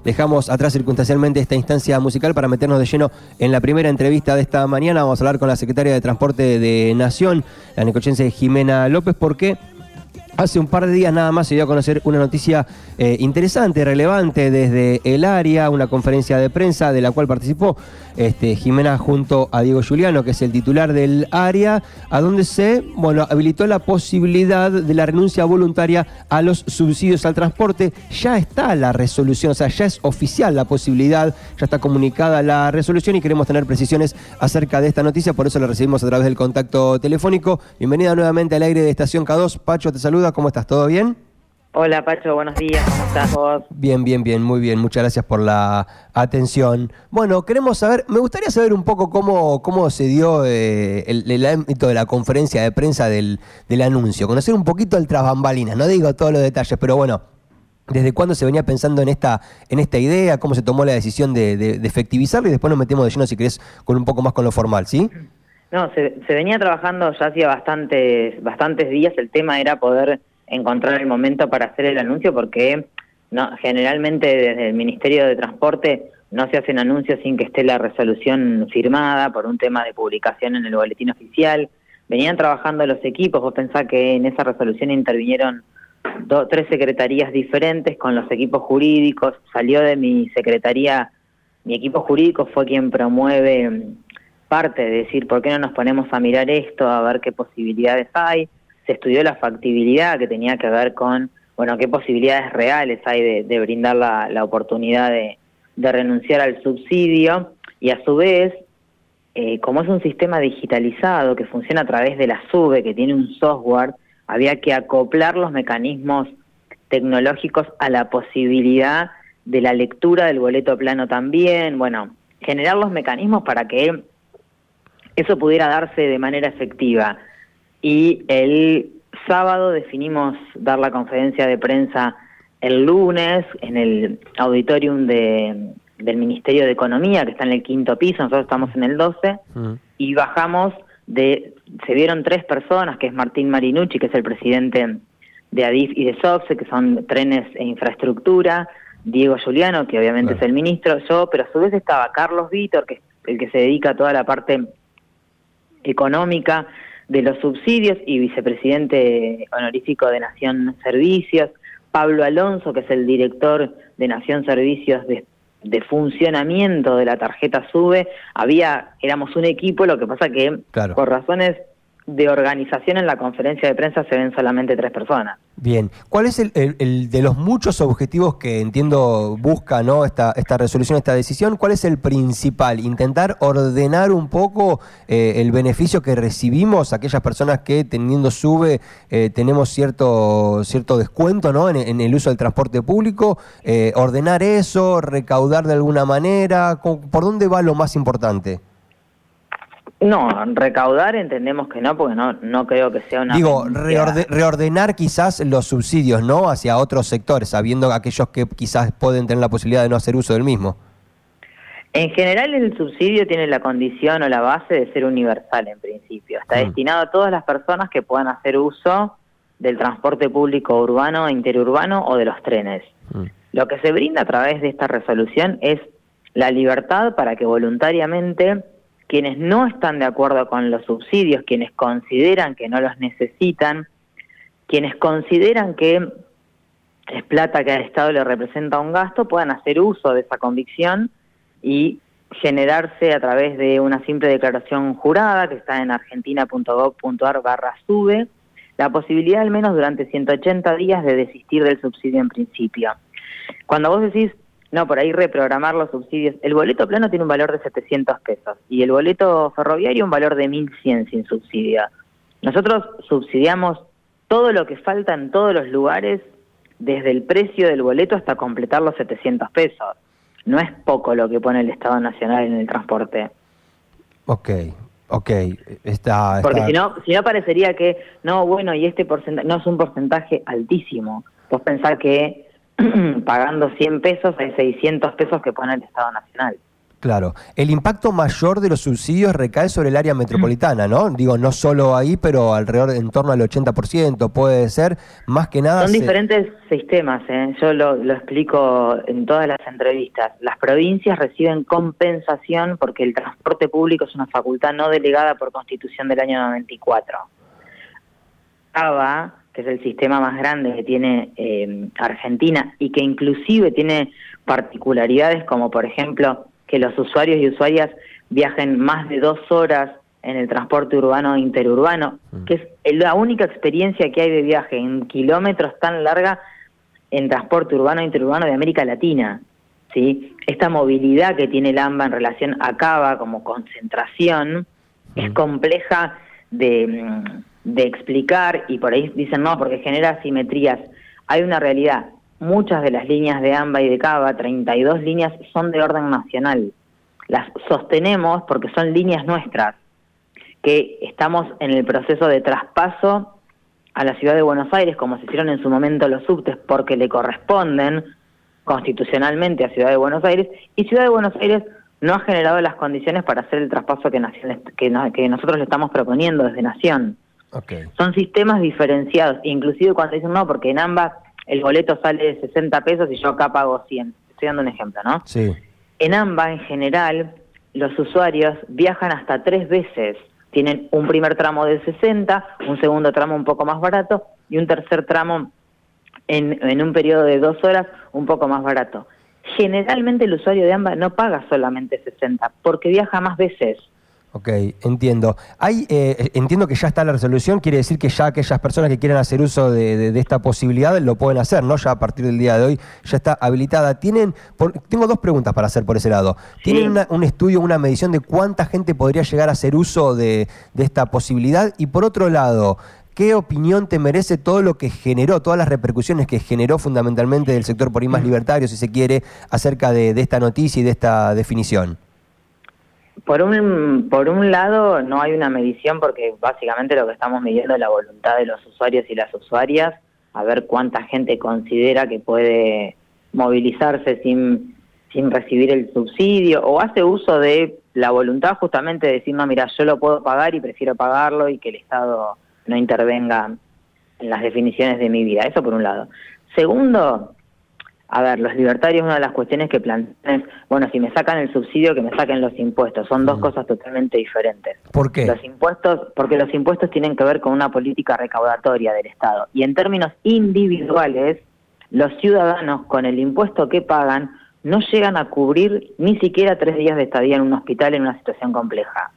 dejamos atrás circunstancialmente esta instancia musical para meternos de lleno en la primera entrevista de esta mañana. Vamos a hablar con la secretaria de Transporte de Nación, la necochense Jimena López, porque hace un par de días nada más se dio a conocer una noticia interesante, relevante desde el área, una conferencia de prensa de la cual participó Jimena junto a Diego Giuliano, que es el titular del área, a donde se habilitó la posibilidad de la renuncia voluntaria a los subsidios al transporte. Ya está la resolución, o sea, ya es oficial la posibilidad, ya está comunicada la resolución y queremos tener precisiones acerca de esta noticia, por eso la recibimos a través del contacto telefónico. Bienvenida nuevamente al aire de Estación K2. Pacho te saluda, ¿cómo estás? ¿Todo bien? Hola Pacho, buenos días, ¿cómo estás vos? Bien, muy bien, muchas gracias por la atención. Bueno, queremos saber, me gustaría saber un poco cómo se dio el ámbito de la conferencia de prensa del anuncio, conocer un poquito el tras bambalinas, no digo todos los detalles, pero bueno, ¿desde cuándo se venía pensando en esta idea? ¿Cómo se tomó la decisión de efectivizarlo? Y después nos metemos de lleno, si querés, con un poco más con lo formal, ¿sí? No, se venía trabajando ya hacía bastantes días. El tema era poder encontrar el momento para hacer el anuncio, porque generalmente desde el Ministerio de Transporte no se hacen anuncios sin que esté la resolución firmada por un tema de publicación en el boletín oficial. Venían trabajando los equipos, vos pensás que en esa resolución intervinieron 3 secretarías diferentes con los equipos jurídicos. Salió de mi secretaría, mi equipo jurídico fue quien promueve parte de decir, ¿por qué no nos ponemos a mirar esto, a ver qué posibilidades hay? Se estudió la factibilidad, que tenía que ver con, qué posibilidades reales hay de brindar la oportunidad de renunciar al subsidio, y a su vez, como es un sistema digitalizado que funciona a través de la SUBE, que tiene un software, había que acoplar los mecanismos tecnológicos a la posibilidad de la lectura del boleto plano también, generar los mecanismos para que eso pudiera darse de manera efectiva. Y el sábado definimos dar la conferencia de prensa el lunes en el auditorium del Ministerio de Economía, que está en el 5º piso, nosotros estamos en el 12, y bajamos se vieron 3 personas, que es Martín Marinucci, que es el presidente de ADIF y de SOCSE, que son trenes e infraestructura, Diego Giuliano, que obviamente es el ministro, yo, pero a su vez estaba Carlos Vítor, que es el que se dedica a toda la parte económica de los subsidios y vicepresidente honorífico de Nación Servicios, Pablo Alonso, que es el director de Nación Servicios de funcionamiento de la tarjeta SUBE. Éramos un equipo, lo que pasa que por razones de organización en la conferencia de prensa se ven solamente 3 personas. Bien, ¿cuál es el de los muchos objetivos que entiendo busca, ¿no? esta resolución, esta decisión? ¿Cuál es el principal? Intentar ordenar un poco el beneficio que recibimos aquellas personas que teniendo SUBE tenemos cierto descuento, ¿no? en el uso del transporte público, ordenar eso, recaudar de alguna manera. ¿Por dónde va lo más importante? No, recaudar entendemos que no, porque no creo que sea una... Digo, reordenar quizás los subsidios, ¿no? Hacia otros sectores, sabiendo aquellos que quizás pueden tener la posibilidad de no hacer uso del mismo. En general el subsidio tiene la condición o la base de ser universal en principio. Está destinado a todas las personas que puedan hacer uso del transporte público urbano, interurbano o de los trenes. Lo que se brinda a través de esta resolución es la libertad para que voluntariamente quienes no están de acuerdo con los subsidios, quienes consideran que no los necesitan, quienes consideran que es plata que al Estado le representa un gasto, puedan hacer uso de esa convicción y generarse a través de una simple declaración jurada que está en argentina.gov.ar/SUBE, la posibilidad al menos durante 180 días de desistir del subsidio en principio. Cuando vos decís, no, por ahí reprogramar los subsidios, el boleto plano tiene un valor de 700 pesos y el boleto ferroviario un valor de 1.100 sin subsidio. Nosotros subsidiamos todo lo que falta en todos los lugares, desde el precio del boleto hasta completar los 700 pesos. No es poco lo que pone el Estado Nacional en el transporte. Ok. Porque si no parecería que, y este porcentaje, no es un porcentaje altísimo. Vos pensás que pagando 100 pesos hay 600 pesos que pone el Estado Nacional. Claro. El impacto mayor de los subsidios recae sobre el área metropolitana, ¿no? Digo, no solo ahí, pero alrededor, en torno al 80%, puede ser, más que nada... Son diferentes sistemas, ¿eh? Yo lo explico en todas las entrevistas. Las provincias reciben compensación porque el transporte público es una facultad no delegada por Constitución del año 94. ABA, que es el sistema más grande que tiene Argentina y que inclusive tiene particularidades como, por ejemplo, que los usuarios y usuarias viajen más de 2 horas en el transporte urbano e interurbano, que es la única experiencia que hay de viaje en kilómetros tan larga en transporte urbano e interurbano de América Latina, ¿sí? Esta movilidad que tiene el AMBA en relación a Cava como concentración es compleja de explicar, y por ahí dicen no, porque genera asimetrías. Hay una realidad. Muchas de las líneas de AMBA y de Cava, 32 líneas, son de orden nacional. Las sostenemos porque son líneas nuestras, que estamos en el proceso de traspaso a la Ciudad de Buenos Aires, como se hicieron en su momento los subtes, porque le corresponden constitucionalmente a Ciudad de Buenos Aires, y Ciudad de Buenos Aires no ha generado las condiciones para hacer el traspaso que nosotros le estamos proponiendo desde Nación. Okay. Son sistemas diferenciados, inclusive cuando dicen no, porque en AMBA el boleto sale de 60 pesos y yo acá pago 100. Estoy dando un ejemplo, ¿no? Sí. En AMBA, en general, los usuarios viajan hasta 3 veces. Tienen un primer tramo de 60, un segundo tramo un poco más barato y un tercer tramo en un periodo de 2 horas un poco más barato. Generalmente el usuario de AMBA no paga solamente 60 porque viaja más veces. Ok, entiendo. Entiendo que ya está la resolución, quiere decir que ya aquellas personas que quieran hacer uso de esta posibilidad lo pueden hacer, ¿no? Ya a partir del día de hoy ya está habilitada. Tengo 2 preguntas para hacer por ese lado. ¿Tienen un estudio, una medición de cuánta gente podría llegar a hacer uso de esta posibilidad? Y por otro lado, ¿qué opinión te merece todo lo que generó, todas las repercusiones que generó fundamentalmente del sector por ahí más libertario, si se quiere, acerca de esta noticia y de esta definición? Por un lado, no hay una medición porque básicamente lo que estamos midiendo es la voluntad de los usuarios y las usuarias, a ver cuánta gente considera que puede movilizarse sin recibir el subsidio o hace uso de la voluntad justamente de decir, no, mira, yo lo puedo pagar y prefiero pagarlo y que el Estado no intervenga en las definiciones de mi vida. Eso por un lado. Segundo, a ver, los libertarios, una de las cuestiones que plantean es, bueno, si me sacan el subsidio, que me saquen los impuestos. Son 2 cosas totalmente diferentes. ¿Por qué? Porque los impuestos tienen que ver con una política recaudatoria del Estado. Y en términos individuales, los ciudadanos con el impuesto que pagan no llegan a cubrir ni siquiera 3 días de estadía en un hospital en una situación compleja.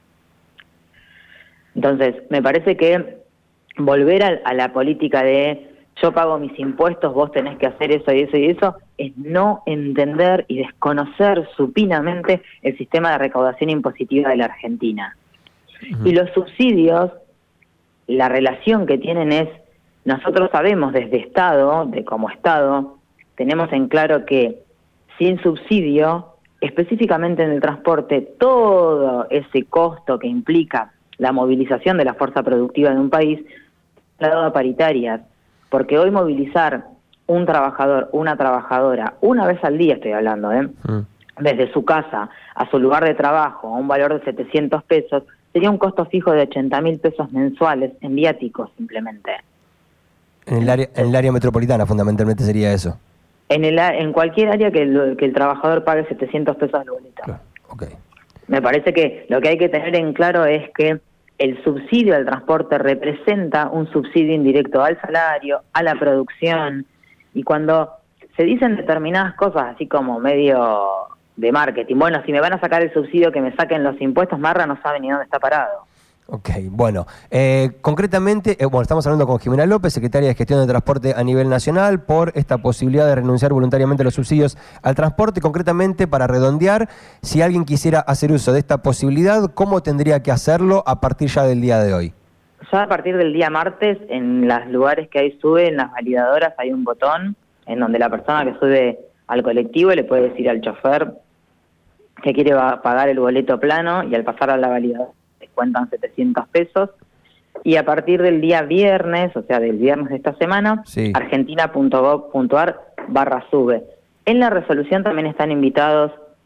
Entonces, me parece que volver a la política de yo pago mis impuestos, vos tenés que hacer eso y eso y eso, es no entender y desconocer supinamente el sistema de recaudación impositiva de la Argentina. Y los subsidios, la relación que tienen es, nosotros sabemos desde Estado, como Estado, tenemos en claro que sin subsidio, específicamente en el transporte, todo ese costo que implica la movilización de la fuerza productiva de un país, trasladado a paritarias. Porque hoy movilizar un trabajador, una trabajadora, una vez al día estoy hablando, desde su casa a su lugar de trabajo a un valor de 700 pesos, sería un costo fijo de 80.000 pesos mensuales en viáticos simplemente. En el área metropolitana fundamentalmente sería eso. En cualquier área que el trabajador pague 700 pesos al boleto. Claro. Okay. Me parece que lo que hay que tener en claro es que el subsidio al transporte representa un subsidio indirecto al salario, a la producción, y cuando se dicen determinadas cosas así como medio de marketing, bueno, si me van a sacar el subsidio, que me saquen los impuestos, Marra no sabe ni dónde está parado. Ok, bueno, concretamente, estamos hablando con Jimena López, secretaria de Gestión de Transporte a nivel nacional, por esta posibilidad de renunciar voluntariamente a los subsidios al transporte. Concretamente, para redondear, si alguien quisiera hacer uso de esta posibilidad, ¿cómo tendría que hacerlo a partir ya del día de hoy? Ya a partir del día martes, en los lugares que hay sube, en las validadoras, hay un botón en donde la persona que sube al colectivo le puede decir al chofer que quiere pagar el boleto plano, y al pasar a la validadora cuentan 700 pesos, y a partir del día viernes, o sea, del viernes de esta semana, argentina.gov.ar/sube. En la resolución también están invitados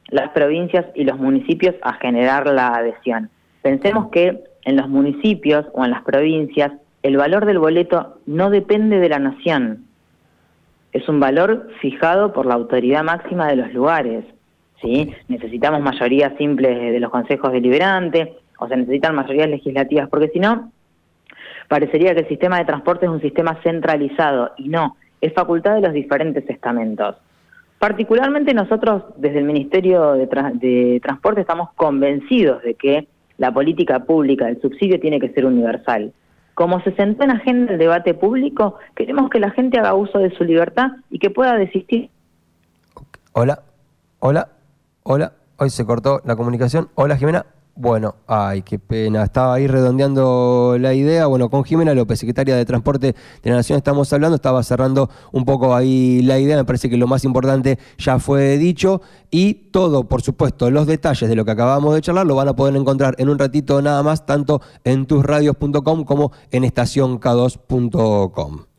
las provincias y los municipios a generar la adhesión. Pensemos que en los municipios o en las provincias el valor del boleto no depende de la nación. Es un valor fijado por la autoridad máxima de los lugares, ¿sí? Necesitamos mayorías simples de los consejos deliberantes, o se necesitan mayorías legislativas, porque si no, parecería que el sistema de transporte es un sistema centralizado, y no, es facultad de los diferentes estamentos. Particularmente nosotros, desde el Ministerio de Transporte, estamos convencidos de que la política pública del subsidio tiene que ser universal. Como se sentó en agenda el debate público, queremos que la gente haga uso de su libertad y que pueda desistir. Hola, hoy se cortó la comunicación. Hola, Jimena. Bueno, ay, qué pena, estaba ahí redondeando la idea. Bueno, con Jimena López, secretaria de Transporte de la Nación, estamos hablando, estaba cerrando un poco ahí la idea. Me parece que lo más importante ya fue dicho, y todo, por supuesto, los detalles de lo que acabamos de charlar lo van a poder encontrar en un ratito nada más, tanto en tusradios.com como en estacionk2.com.